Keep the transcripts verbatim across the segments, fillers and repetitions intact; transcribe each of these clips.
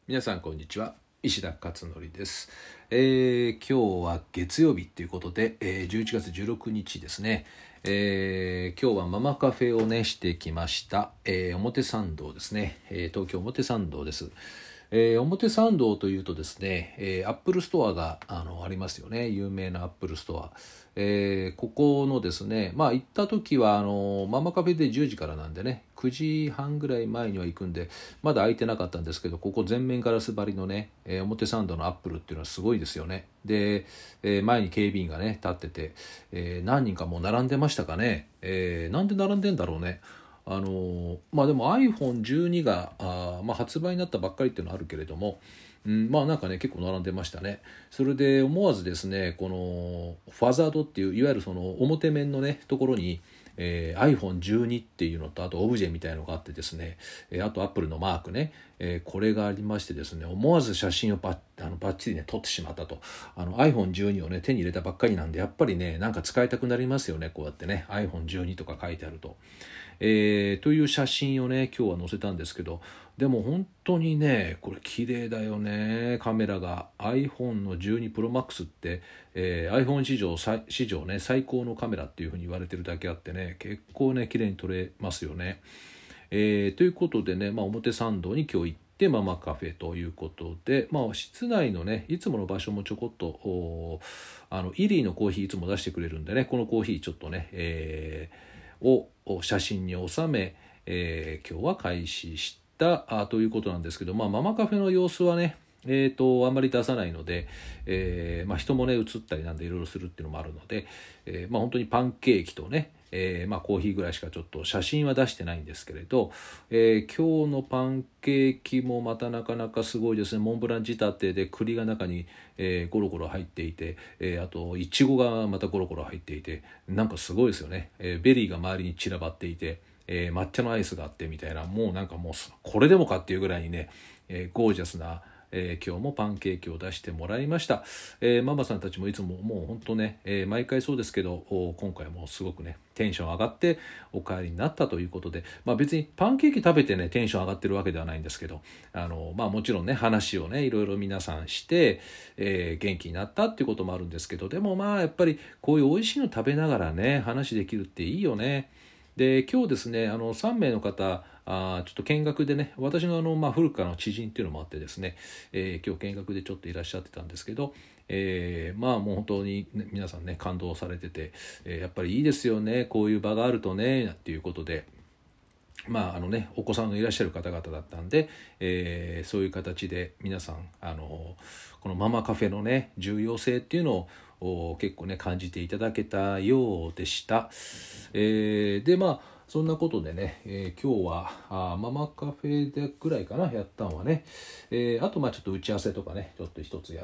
皆さんこんにちは、石田勝則です。えー、今日は月曜日ということで、えー、じゅういちがつじゅうろくにちですね。えー、今日はママカフェをねしてきました、えー、表参道ですね、えー、東京表参道です。えー、表参道というとですね、えー、アップルストアが あのありますよね。有名なアップルストア、えー、ここのですね、まあ行った時はあのママカフェでじゅうじからなんでね、くじはんぐらい前には行くんでまだ開いてなかったんですけど、ここ全面ガラス張りのね、えー、表参道のアップルっていうのはすごいですよね。で、えー、前に警備員がね立ってて、えー、何人かもう並んでましたかね。えー、なんで並んでんだろうね。あのまあでも アイフォンじゅうに があ、まあ、発売になったばっかりっていうのはあるけれども、うん、まあなんかね結構並んでましたね。それで思わずですね、このファザードっていういわゆるその表面のねところに、えー、アイフォンじゅうに っていうのと、あとオブジェみたいのがあってですね、えー、あとアップルのマークね、えー、これがありましてですね、思わず写真をバッあのバッチリね撮ってしまったと。あの アイフォンじゅうに をね手に入れたばっかりなんで、やっぱりねなんか使いたくなりますよね。こうやってね アイフォンじゅうに とか書いてあると。えー、という写真をね今日は載せたんですけど、でも本当にねこれ綺麗だよね。カメラが アイフォン のじゅうに プロマックスって、えー、iPhone 史上史上ね最高のカメラっていうふうに言われてるだけあってね、結構ね綺麗に撮れますよね。えー、ということでね、まあ、表参道に今日行ってママカフェということで、まあ、室内のねいつもの場所もちょこっとあのイリーのコーヒーいつも出してくれるんでね、このコーヒーちょっとね、えーを写真に収め、えー、今日は開始したあということなんですけど、まあ、ママカフェの様子はね、えー、とあんまり出さないので、えーまあ、人もね映ったりなんでいろいろするっていうのもあるので、えーまあ、本当にパンケーキとね、えーまあ、コーヒーぐらいしかちょっと写真は出してないんですけれど、えー、今日のパンケーキもまたなかなかすごいですね。モンブラン仕立てで栗が中に、えー、ゴロゴロ入っていて、えー、あといちごがまたゴロゴロ入っていて、なんかすごいですよね。えー、ベリーが周りに散らばっていて、えー、抹茶のアイスがあってみたいな、もうなんかもうこれでもかっていうぐらいにね、えー、ゴージャスなえー、今日もパンケーキを出してもらいました。えー、ママさんたちもいつももう本当ね、えー、毎回そうですけど、今回もすごくねテンション上がってお帰りになったということで、まあ、別にパンケーキ食べてねテンション上がってるわけではないんですけど、あの、まあ、もちろんね話をねいろいろ皆さんして、えー、元気になったっていうこともあるんですけど、でもまあやっぱりこういう美味しいの食べながらね話できるっていいよね。で今日ですね、あのさんめいの方あちょっと見学でね、私のあの、まあ、古くからの知人っていうのもあってですね、えー、今日見学でちょっといらっしゃってたんですけど、えー、まあもう本当に、ね、皆さんね感動されてて、えー、やっぱりいいですよねこういう場があるとねっていうことで、まああのね、お子さんがいらっしゃる方々だったんで、えー、そういう形で皆さんあのこのママカフェのね重要性っていうのを結構ね感じていただけたようでした。えー、でまあそんなことでね、えー、今日はあママカフェでぐらいかなやったのはね、えー、あとまあちょっと打ち合わせとかねちょっと一つやって、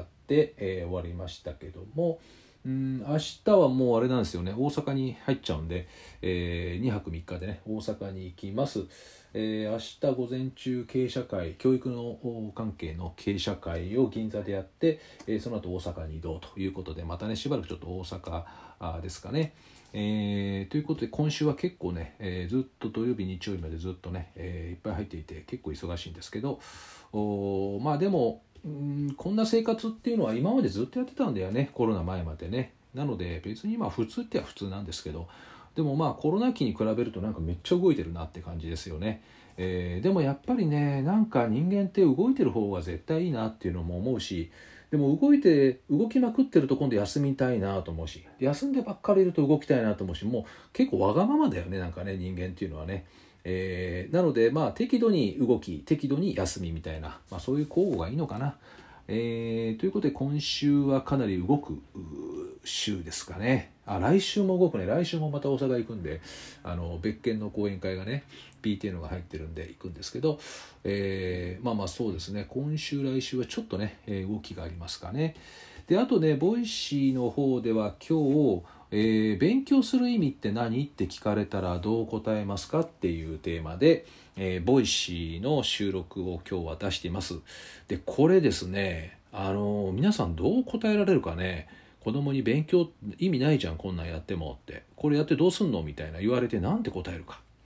えー、終わりましたけども、うん明日はもうあれなんですよね、大阪に入っちゃうんで、えー、にはくみっかでね大阪に行きます。えー、明日午前中経営者会、教育の関係の経営者会を銀座でやって、えー、その後大阪に移動ということで、またねしばらくちょっと大阪あですかね。えー、ということで今週は結構ね、えー、ずっと土曜日日曜日までずっとね、えー、いっぱい入っていて結構忙しいんですけど、おまあでもうんこんな生活っていうのは今までずっとやってたんだよね、コロナ前までね。なので別にまあ普通っては普通なんですけど、でもまあコロナ期に比べるとなんかめっちゃ動いてるなって感じですよね。えー、でもやっぱりねなんか人間って動いてる方が絶対いいなっていうのも思うし、でも動いて動きまくってると今度休みたいなと思うし、休んでばっかりいると動きたいなと思うし、もう結構わがままだよねなんかね人間っていうのはね。えー、なのでまあ適度に動き適度に休みみたいな、まあ、そういう交互がいいのかな。えー、ということで今週はかなり動く週ですかね。あ来週も動くね。来週もまた大阪行くんで、あの別件の講演会がね ピーティー のが入ってるんで行くんですけど、えー、まあまあそうですね、今週来週はちょっとね、えー、動きがありますかね。であとねボイシーの方では今日えー、勉強する意味って何って聞かれたらどう答えますかっていうテーマで、えー、ボイシーの収録を今日は出しています。でこれですね、あのー、皆さんどう答えられるかね。子供に勉強意味ないじゃんこんなんやってもって、これやってどうすんのみたいな言われてなんて答えるか。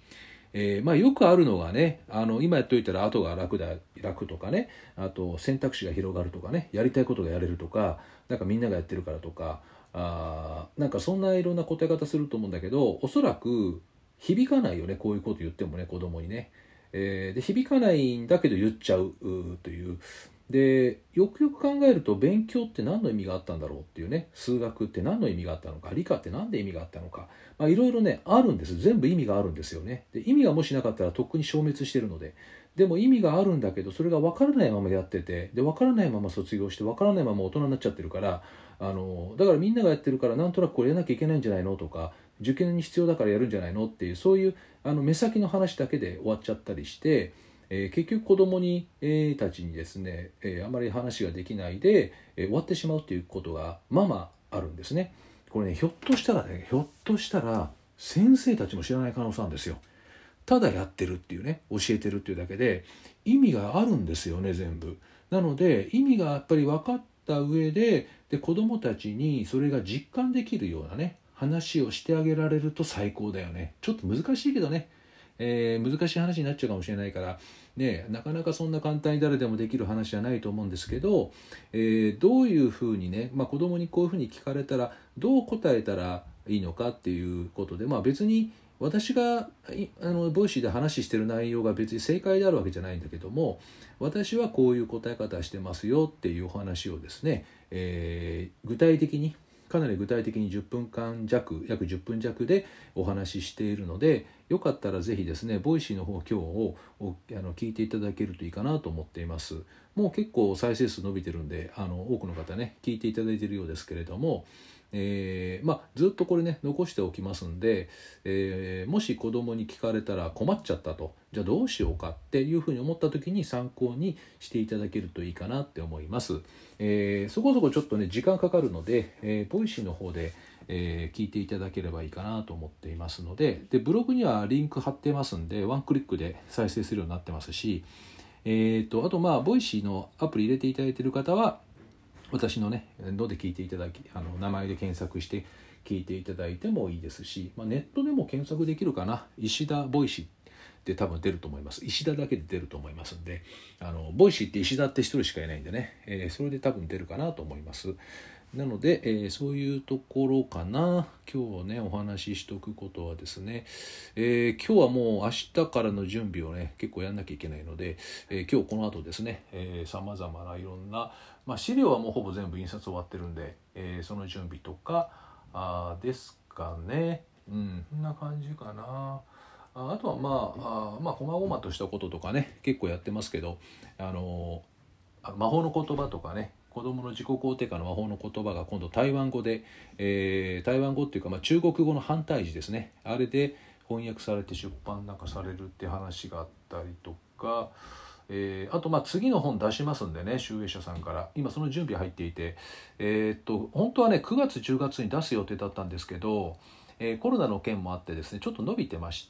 えーまあ、よくあるのがね、あの今やっといたら後が楽だ楽とかね、あと選択肢が広がるとかね、やりたいことがやれるとか、なんかみんながやってるからとか、あなんかそんないろんな答え方すると思うんだけど、おそらく響かないよね、こういうこと言ってもね、子供にね。えーで響かないんだけど言っちゃうという。でよくよく考えると、勉強って何の意味があったんだろうっていうね、数学って何の意味があったのか、理科って何で意味があったのか、まあ、いろいろねあるんです。全部意味があるんですよね。で意味がもしなかったらとっくに消滅してるので、でも意味があるんだけど、それが分からないままやってて、で分からないまま卒業して、分からないまま大人になっちゃってるから、あのだからみんながやってるからなんとなくこれやらなきゃいけないんじゃないのとか、受験に必要だからやるんじゃないのっていう、そういうあの目先の話だけで終わっちゃったりして、えー、結局子どもに、えー、たちにですね、えー、あまり話ができないで、えー、終わってしまうということがまあまああるんですね。これね、ひょっとしたらねひょっとしたら先生たちも知らない可能性あるんですよ。ただやってるっていうね、教えてるっていうだけで意味があるんですよね、全部。なので意味がやっぱり分かった上で、で子どもたちにそれが実感できるようなね話をしてあげられると最高だよね。ちょっと難しいけどね、えー、難しい話になっちゃうかもしれないからね、なかなかそんな簡単に誰でもできる話じゃないと思うんですけど、えー、どういうふうにね、まあ、子供にこういうふうに聞かれたらどう答えたらいいのかっていうことで、まあ、別に私があのボイシーで話してる内容が別に正解であるわけじゃないんだけども、私はこういう答え方してますよっていうお話をですね、えー、具体的にかなり具体的にじゅっぷんかん弱約じゅっぷん弱でお話ししているので、よかったらぜひですねボイシーの方今日をあの聞いていただけるといいかなと思っています。もう結構再生数伸びてるんで、あの多くの方ね聞いていただいているようですけれども、えーまあ、ずっとこれね残しておきますんで、えー、もし子供に聞かれたら困っちゃったと、じゃあどうしようかっていうふうに思った時に参考にしていただけるといいかなって思います。えー、そこそこちょっとね時間かかるので、えー、ボイシーの方で、えー、聞いていただければいいかなと思っていますので、でブログにはリンク貼ってますんで、ワンクリックで再生するようになってますし、えー、とあとまあボイシーのアプリ入れていただいている方は私のねので聞いていただき、あの名前で検索して聞いていただいてもいいですし、まあ、ネットでも検索できるかな、石田ボイシーで多分出ると思います。石田だけで出ると思いますんで、あのボイシーって石田って一人しかいないんでね、えー、それで多分出るかなと思います。なので、えー、そういうところかな。今日ねお話ししとくことはですね、えー、今日はもう明日からの準備をね結構やんなきゃいけないので、えー、今日この後ですねさまざまないろんな、まあ、資料はもうほぼ全部印刷終わってるんで、えー、その準備とかあですかね。うんこんな感じかな。あとはまあ、あまあ、細々としたこととかね結構やってますけど、あの魔法の言葉とかね、子どもの自己肯定感の魔法の言葉が今度台湾語で、えー、台湾語っていうか、まあ、中国語の反対字ですね、あれで翻訳されて出版なんかされるって話があったりとか、えー、あとまあ次の本出しますんでね、集英社さんから今その準備入っていて、えー、っと本当はねくがつじゅうがつに出す予定だったんですけど、えー、コロナの件もあってですねちょっと伸びてまして、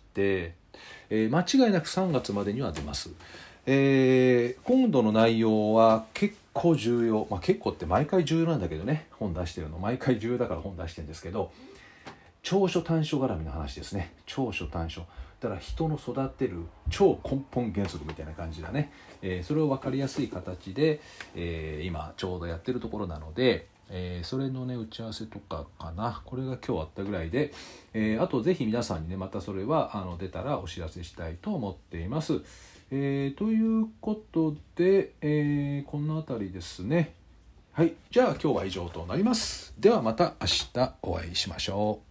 えー、間違いなくさんがつまでには出ます。えー、今度の内容は結構重要、まあ、結構って毎回重要なんだけどね、本出してるの毎回重要だから本出してるんですけど、長所短所絡みの話ですね。長所短所だから人の育てる超根本原則みたいな感じだね、えー、それを分かりやすい形で、えー、今ちょうどやってるところなので、えー、それのね打ち合わせとかかな、これが今日あったぐらいで、えー、あとぜひ皆さんにねまたそれはあの出たらお知らせしたいと思っています。えー、ということで、えー、この辺りですね。はい、じゃあ今日は以上となります。ではまた明日お会いしましょう。